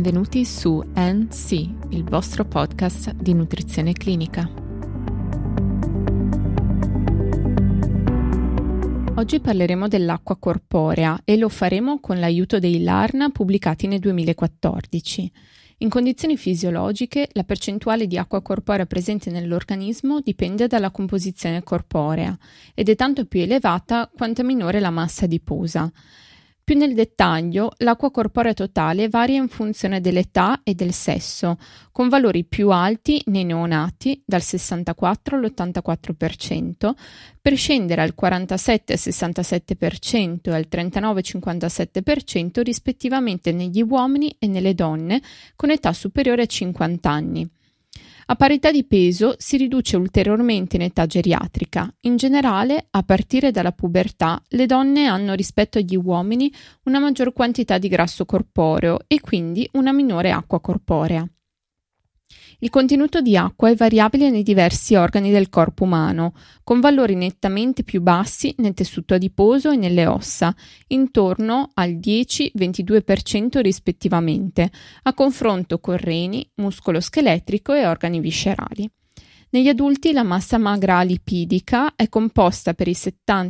benvenuti su NC, il vostro podcast di nutrizione clinica. Oggi parleremo dell'acqua corporea e lo faremo con l'aiuto dei LARNA pubblicati nel 2014. In condizioni fisiologiche, la percentuale di acqua corporea presente nell'organismo dipende dalla composizione corporea ed è tanto più elevata quanto è minore la massa adiposa. Più nel dettaglio, l'acqua corporea totale varia in funzione dell'età e del sesso, con valori più alti nei neonati, dal 64 all'84%, per scendere al 47-67% e al 39-57% rispettivamente negli uomini e nelle donne con età superiore a 50 anni. A parità di peso si riduce ulteriormente in età geriatrica. In generale, a partire dalla pubertà, le donne hanno rispetto agli uomini una maggior quantità di grasso corporeo e quindi una minore acqua corporea. Il contenuto di acqua è variabile nei diversi organi del corpo umano, con valori nettamente più bassi nel tessuto adiposo e nelle ossa, intorno al 10-22% rispettivamente, a confronto con reni, muscolo scheletrico e organi viscerali. Negli adulti la massa magra lipidica è composta per il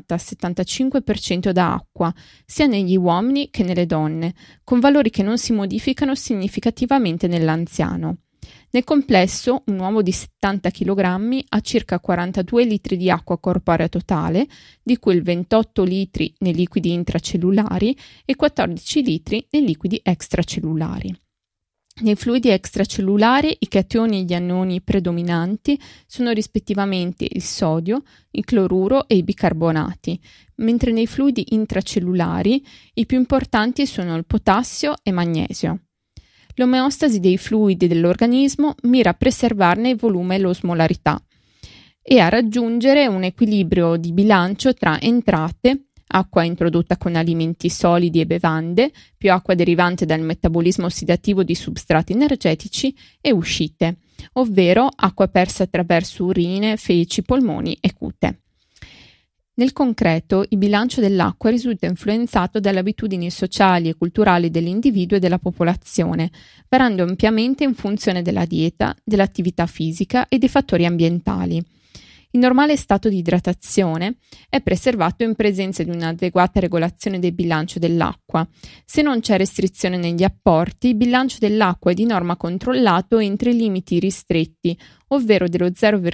70-75% da acqua, sia negli uomini che nelle donne, con valori che non si modificano significativamente nell'anziano. Nel complesso, un uomo di 70 kg ha circa 42 litri di acqua corporea totale, di cui il 28 litri nei liquidi intracellulari e 14 litri nei liquidi extracellulari. Nei fluidi extracellulari i cationi e gli anioni predominanti sono rispettivamente il sodio, il cloruro e i bicarbonati, mentre nei fluidi intracellulari i più importanti sono il potassio e magnesio. L'omeostasi dei fluidi dell'organismo mira a preservarne il volume e l'osmolarità e a raggiungere un equilibrio di bilancio tra entrate, acqua introdotta con alimenti solidi e bevande, più acqua derivante dal metabolismo ossidativo di substrati energetici, e uscite, ovvero acqua persa attraverso urine, feci, polmoni e cute. Nel concreto, il bilancio dell'acqua risulta influenzato dalle abitudini sociali e culturali dell'individuo e della popolazione, variando ampiamente in funzione della dieta, dell'attività fisica e dei fattori ambientali. Il normale stato di idratazione è preservato in presenza di un'adeguata regolazione del bilancio dell'acqua. Se non c'è restrizione negli apporti, il bilancio dell'acqua è di norma controllato entro i limiti ristretti, ovvero dello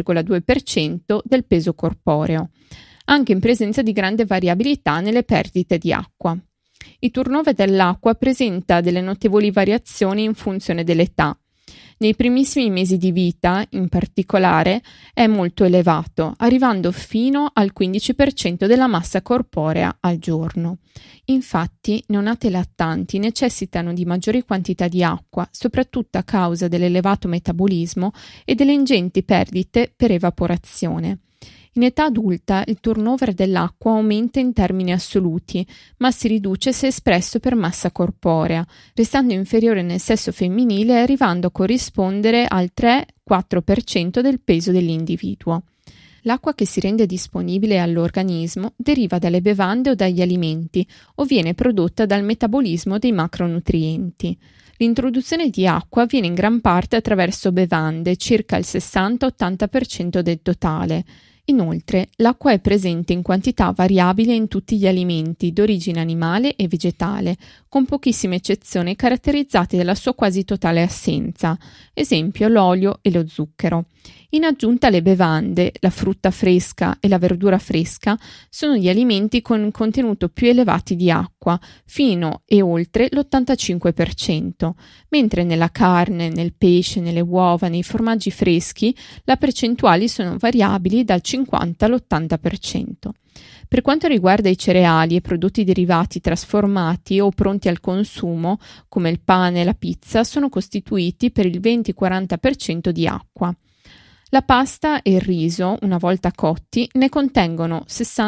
0,2% del peso corporeo, anche in presenza di grande variabilità nelle perdite di acqua. Il turnover dell'acqua presenta delle notevoli variazioni in funzione dell'età. Nei primissimi mesi di vita, in particolare, è molto elevato, arrivando fino al 15% della massa corporea al giorno. Infatti, neonati e lattanti necessitano di maggiori quantità di acqua, soprattutto a causa dell'elevato metabolismo e delle ingenti perdite per evaporazione. In età adulta il turnover dell'acqua aumenta in termini assoluti, ma si riduce se espresso per massa corporea, restando inferiore nel sesso femminile e arrivando a corrispondere al 3-4% del peso dell'individuo. L'acqua che si rende disponibile all'organismo deriva dalle bevande o dagli alimenti o viene prodotta dal metabolismo dei macronutrienti. L'introduzione di acqua avviene in gran parte attraverso bevande, circa il 60-80% del totale. Inoltre, l'acqua è presente in quantità variabile in tutti gli alimenti d'origine animale e vegetale, con pochissime eccezioni caratterizzate dalla sua quasi totale assenza, esempio l'olio e lo zucchero. In aggiunta alle bevande, la frutta fresca e la verdura fresca sono gli alimenti con un contenuto più elevati di acqua, fino e oltre l'85%, mentre nella carne, nel pesce, nelle uova, nei formaggi freschi, le percentuali sono variabili dal 50 all'80%. Per quanto riguarda i cereali e prodotti derivati trasformati o pronti al consumo, come il pane e la pizza, sono costituiti per il 20-40% di acqua. La pasta e il riso, una volta cotti, ne contengono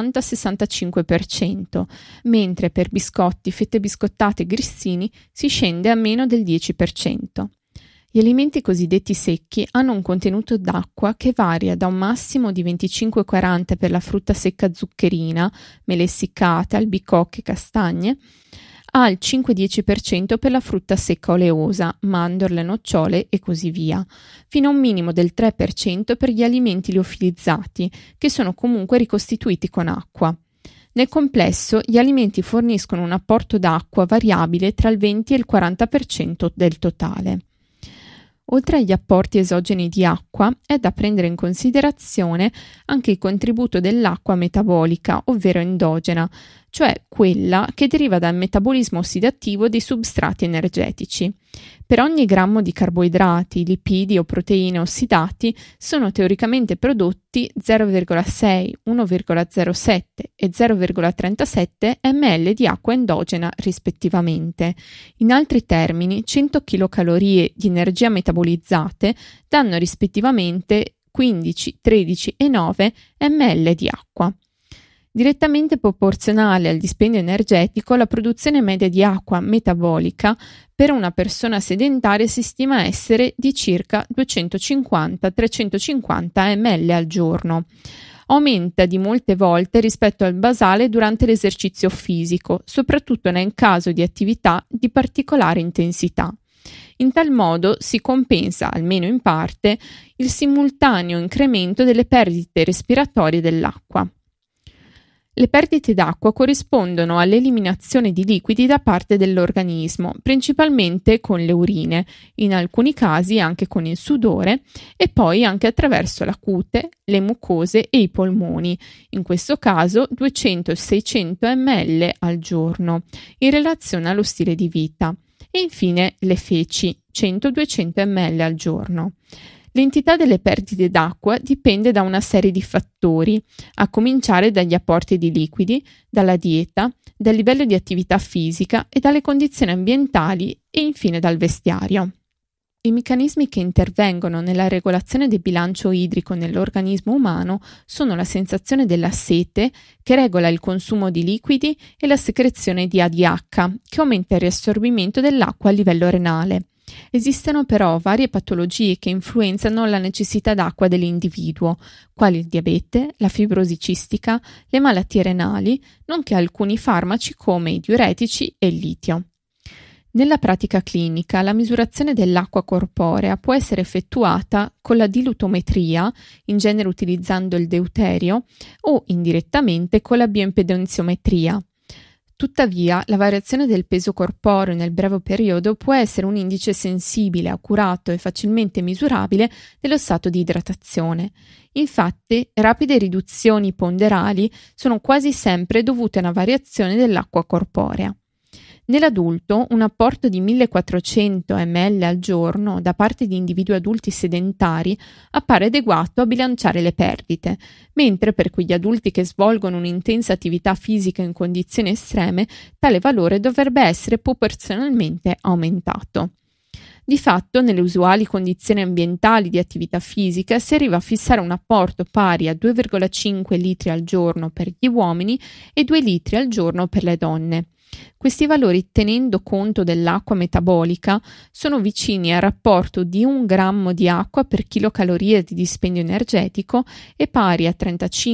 60-65%, mentre per biscotti, fette biscottate e grissini si scende a meno del 10%. Gli alimenti cosiddetti secchi hanno un contenuto d'acqua che varia da un massimo di 25-40 per la frutta secca zuccherina, mele essiccate, albicocche e castagne, al 5-10% per la frutta secca oleosa, mandorle, nocciole e così via, fino a un minimo del 3% per gli alimenti liofilizzati, che sono comunque ricostituiti con acqua. Nel complesso, gli alimenti forniscono un apporto d'acqua variabile tra il 20 e il 40% del totale. Oltre agli apporti esogeni di acqua, è da prendere in considerazione anche il contributo dell'acqua metabolica, ovvero endogena, cioè quella che deriva dal metabolismo ossidativo dei substrati energetici. Per ogni grammo di carboidrati, lipidi o proteine ossidati sono teoricamente prodotti 0,6, 1,07 e 0,37 ml di acqua endogena rispettivamente. In altri termini, 100 kcal di energia metabolizzate danno rispettivamente 15, 13 e 9 ml di acqua. Direttamente proporzionale al dispendio energetico, la produzione media di acqua metabolica per una persona sedentaria si stima essere di circa 250-350 ml al giorno. Aumenta di molte volte rispetto al basale durante l'esercizio fisico, soprattutto nel caso di attività di particolare intensità. In tal modo si compensa, almeno in parte, il simultaneo incremento delle perdite respiratorie dell'acqua. Le perdite d'acqua corrispondono all'eliminazione di liquidi da parte dell'organismo, principalmente con le urine, in alcuni casi anche con il sudore e poi anche attraverso la cute, le mucose e i polmoni, in questo caso 200-600 ml al giorno, in relazione allo stile di vita. E infine le feci, 100-200 ml al giorno. L'entità delle perdite d'acqua dipende da una serie di fattori, a cominciare dagli apporti di liquidi, dalla dieta, dal livello di attività fisica e dalle condizioni ambientali e infine dal vestiario. I meccanismi che intervengono nella regolazione del bilancio idrico nell'organismo umano sono la sensazione della sete, che regola il consumo di liquidi, e la secrezione di ADH, che aumenta il riassorbimento dell'acqua a livello renale. Esistono però varie patologie che influenzano la necessità d'acqua dell'individuo, quali il diabete, la fibrosi cistica, le malattie renali, nonché alcuni farmaci come i diuretici e il litio. Nella pratica clinica, la misurazione dell'acqua corporea può essere effettuata con la dilutometria, in genere utilizzando il deuterio, o indirettamente con la bioimpedenziometria. Tuttavia, la variazione del peso corporeo nel breve periodo può essere un indice sensibile, accurato e facilmente misurabile dello stato di idratazione. Infatti, rapide riduzioni ponderali sono quasi sempre dovute a una variazione dell'acqua corporea. Nell'adulto, un apporto di 1400 ml al giorno da parte di individui adulti sedentari appare adeguato a bilanciare le perdite, mentre per quegli adulti che svolgono un'intensa attività fisica in condizioni estreme, tale valore dovrebbe essere proporzionalmente aumentato. Di fatto, nelle usuali condizioni ambientali di attività fisica si arriva a fissare un apporto pari a 2,5 litri al giorno per gli uomini e 2 litri al giorno per le donne. Questi valori, tenendo conto dell'acqua metabolica, sono vicini al rapporto di 1 grammo di acqua per chilocalorie di dispendio energetico e pari a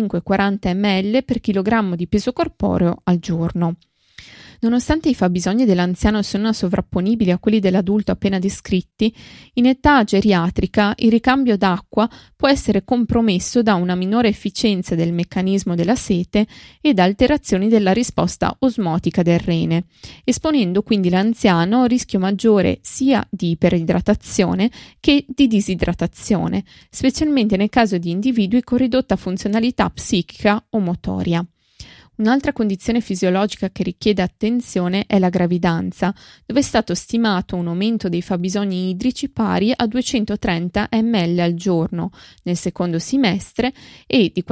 35-40 ml per chilogrammo di peso corporeo al giorno. Nonostante i fabbisogni dell'anziano siano sovrapponibili a quelli dell'adulto appena descritti, in età geriatrica il ricambio d'acqua può essere compromesso da una minore efficienza del meccanismo della sete e da alterazioni della risposta osmotica del rene, esponendo quindi l'anziano a un rischio maggiore sia di iperidratazione che di disidratazione, specialmente nel caso di individui con ridotta funzionalità psichica o motoria. Un'altra condizione fisiologica che richiede attenzione è la gravidanza, dove è stato stimato un aumento dei fabbisogni idrici pari a 230 ml al giorno nel secondo semestre e di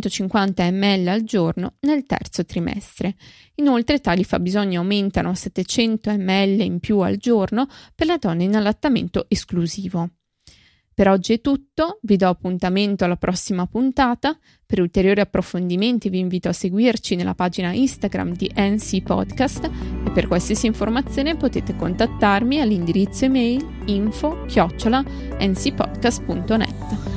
450 ml al giorno nel terzo trimestre. Inoltre tali fabbisogni aumentano a 700 ml in più al giorno per la donna in allattamento esclusivo. Per oggi è tutto, vi do appuntamento alla prossima puntata. Per ulteriori approfondimenti vi invito a seguirci nella pagina Instagram di NC Podcast e per qualsiasi informazione potete contattarmi all'indirizzo email info@ncpodcast.net.